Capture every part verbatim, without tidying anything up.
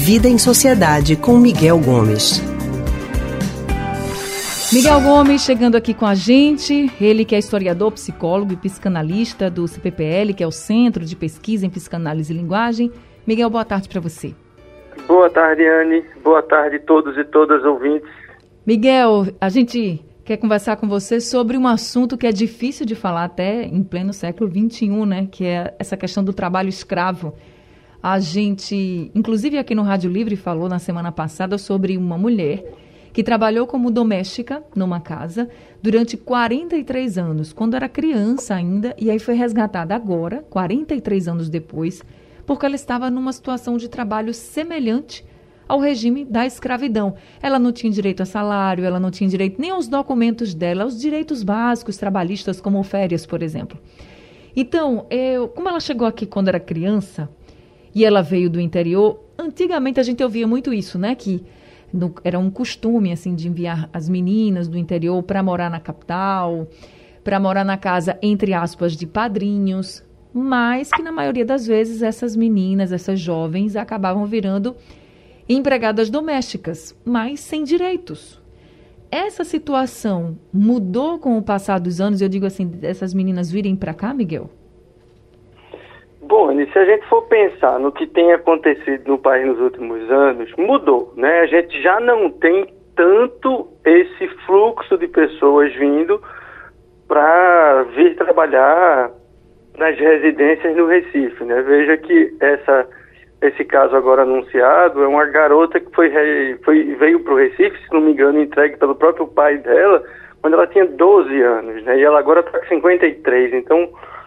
Vida em Sociedade, com Miguel Gomes. Miguel Gomes chegando aqui com a gente, ele que é historiador, psicólogo e psicanalista do C P P L, que é o Centro de Pesquisa em Psicanálise e Linguagem. Miguel, boa tarde para você. Boa tarde, Anne. Boa tarde a todos e todas ouvintes. Miguel, a gente quer conversar com você sobre um assunto que é difícil de falar até em pleno século vinte e um, né? Que é essa questão do trabalho escravo. A gente, inclusive aqui no Rádio Livre, falou na semana passada sobre uma mulher que trabalhou como doméstica numa casa durante quarenta e três anos, quando era criança ainda, e aí foi resgatada agora, quarenta e três anos depois, porque ela estava numa situação de trabalho semelhante ao regime da escravidão. Ela não tinha direito a salário, ela não tinha direito nem aos documentos dela, aos direitos básicos trabalhistas, como férias, por exemplo. Então, eu, como ela chegou aqui quando era criança, e ela veio do interior, antigamente a gente ouvia muito isso, né, que No, era um costume, assim, de enviar as meninas do interior para morar na capital, para morar na casa, entre aspas, de padrinhos, mas que na maioria das vezes essas meninas, essas jovens, acabavam virando empregadas domésticas, mas sem direitos. Essa situação mudou com o passar dos anos, eu digo assim, essas meninas virem para cá, Miguel? Bom, se a gente for pensar no que tem acontecido no país nos últimos anos, mudou, né? A gente já não tem tanto esse fluxo de pessoas vindo para vir trabalhar nas residências no Recife, né? Veja que essa, esse caso agora anunciado é uma garota que foi, foi, veio para o Recife, se não me engano, entregue pelo próprio pai dela, quando ela tinha doze anos, né? E ela agora está com cinquenta e três, então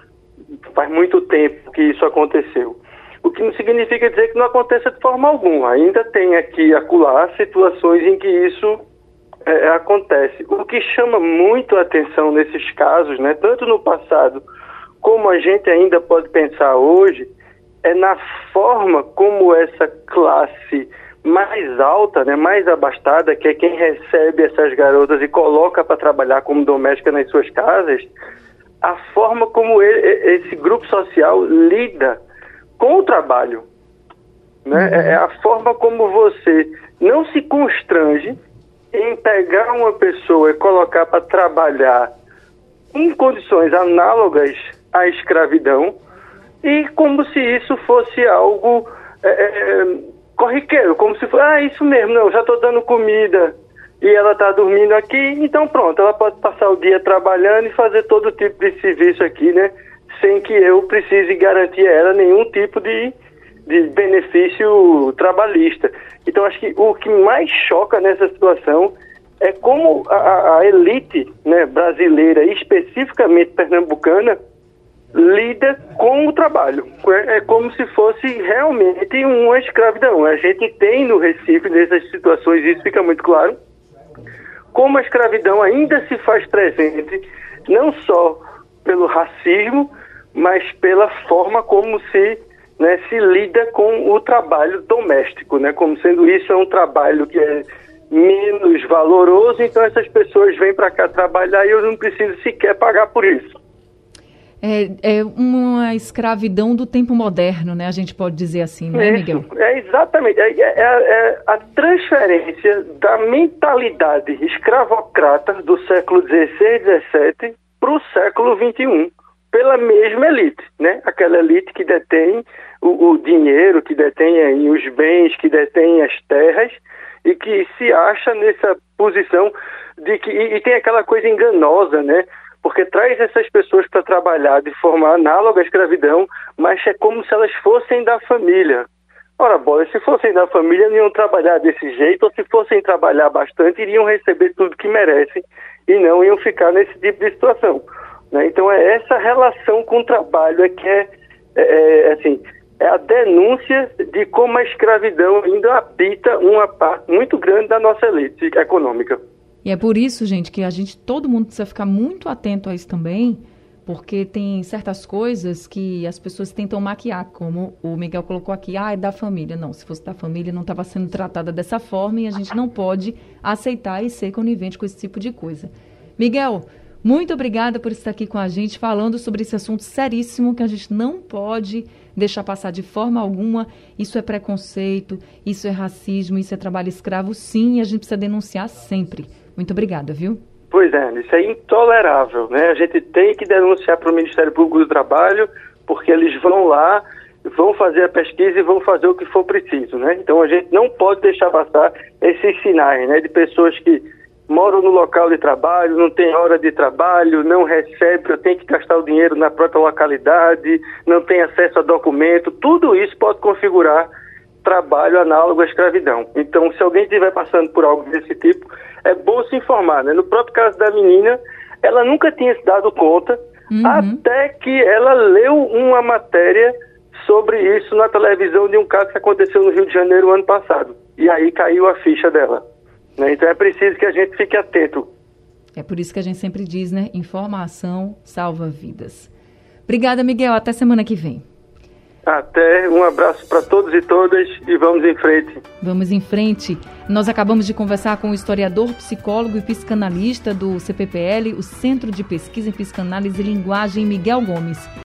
faz muito tempo que isso aconteceu. O que não significa dizer que não aconteça de forma alguma. Ainda tem aqui e acolá situações em que isso é, acontece. O que chama muito a atenção nesses casos, né, tanto no passado como a gente ainda pode pensar hoje, é na forma como essa classe mais alta, né, mais abastada, que é quem recebe essas garotas e coloca para trabalhar como doméstica nas suas casas, a forma como ele, esse grupo social lida com o trabalho, né? Uhum. É a forma como você não se constrange em pegar uma pessoa e colocar para trabalhar em condições análogas à escravidão e como se isso fosse algo é, é, corriqueiro, como se fosse, ah, isso mesmo, não, já estou dando comida e ela está dormindo aqui, então pronto, ela pode passar o dia trabalhando e fazer todo tipo de serviço aqui, né? Sem que eu precise garantir a ela nenhum tipo de, de benefício trabalhista. Então acho que o que mais choca nessa situação é como a, a elite, né, brasileira, especificamente pernambucana, lida com o trabalho. É como se fosse realmente uma escravidão. A gente tem no Recife, nessas situações, isso fica muito claro, como a escravidão ainda se faz presente, não só pelo racismo, mas pela forma como se, né, se lida com o trabalho doméstico, né, como sendo isso é um trabalho que é menos valoroso, então essas pessoas vêm para cá trabalhar e eu não preciso sequer pagar por isso. É, é uma escravidão do tempo moderno, né? A gente pode dizer assim, não é, Miguel? É exatamente. É, é, é a transferência da mentalidade escravocrata do século dezesseis, dezessete para o século vinte e um, pela mesma elite, né? Aquela elite que detém o, o dinheiro, que detém aí os bens, que detém as terras e que se acha nessa posição de que... E, e tem aquela coisa enganosa, né? Porque traz essas pessoas para trabalhar de forma análoga à escravidão, mas é como se elas fossem da família. Ora, bola, se fossem da família, não iam trabalhar desse jeito, ou se fossem trabalhar bastante, iriam receber tudo que merecem e não iam ficar nesse tipo de situação, né? Então, é essa relação com o trabalho é que é, é, é, assim, é a denúncia de como a escravidão ainda habita uma parte muito grande da nossa elite econômica. E é por isso, gente, que a gente, todo mundo precisa ficar muito atento a isso também, porque tem certas coisas que as pessoas tentam maquiar, como o Miguel colocou aqui, ah, é da família. Não, se fosse da família, não estava sendo tratada dessa forma e a gente não pode aceitar e ser conivente com esse tipo de coisa. Miguel, muito obrigada por estar aqui com a gente, falando sobre esse assunto seríssimo que a gente não pode deixar passar de forma alguma. Isso é preconceito, isso é racismo, isso é trabalho escravo, sim, e a gente precisa denunciar sempre. Muito obrigada, viu? Pois é, isso é intolerável, né? A gente tem que denunciar para o Ministério Público do Trabalho, porque eles vão lá, vão fazer a pesquisa e vão fazer o que for preciso, né? Então a gente não pode deixar passar esses sinais, né? De pessoas que moram no local de trabalho, não tem hora de trabalho, não recebe, tem que gastar o dinheiro na própria localidade, não tem acesso a documento, tudo isso pode configurar trabalho análogo à escravidão. Então, se alguém estiver passando por algo desse tipo, é bom se informar, né? No próprio caso da menina, ela nunca tinha se dado conta, uhum. até que ela leu uma matéria sobre isso na televisão de um caso que aconteceu no Rio de Janeiro ano passado. E aí caiu a ficha dela. Né? Então é preciso que a gente fique atento. É por isso que a gente sempre diz, né? Informação salva vidas. Obrigada, Miguel. Até semana que vem. Até, um abraço para todos e todas e vamos em frente. Vamos em frente. Nós acabamos de conversar com o historiador, psicólogo e psicanalista do C P P L, o Centro de Pesquisa em Psicanálise e Linguagem, Miguel Gomes.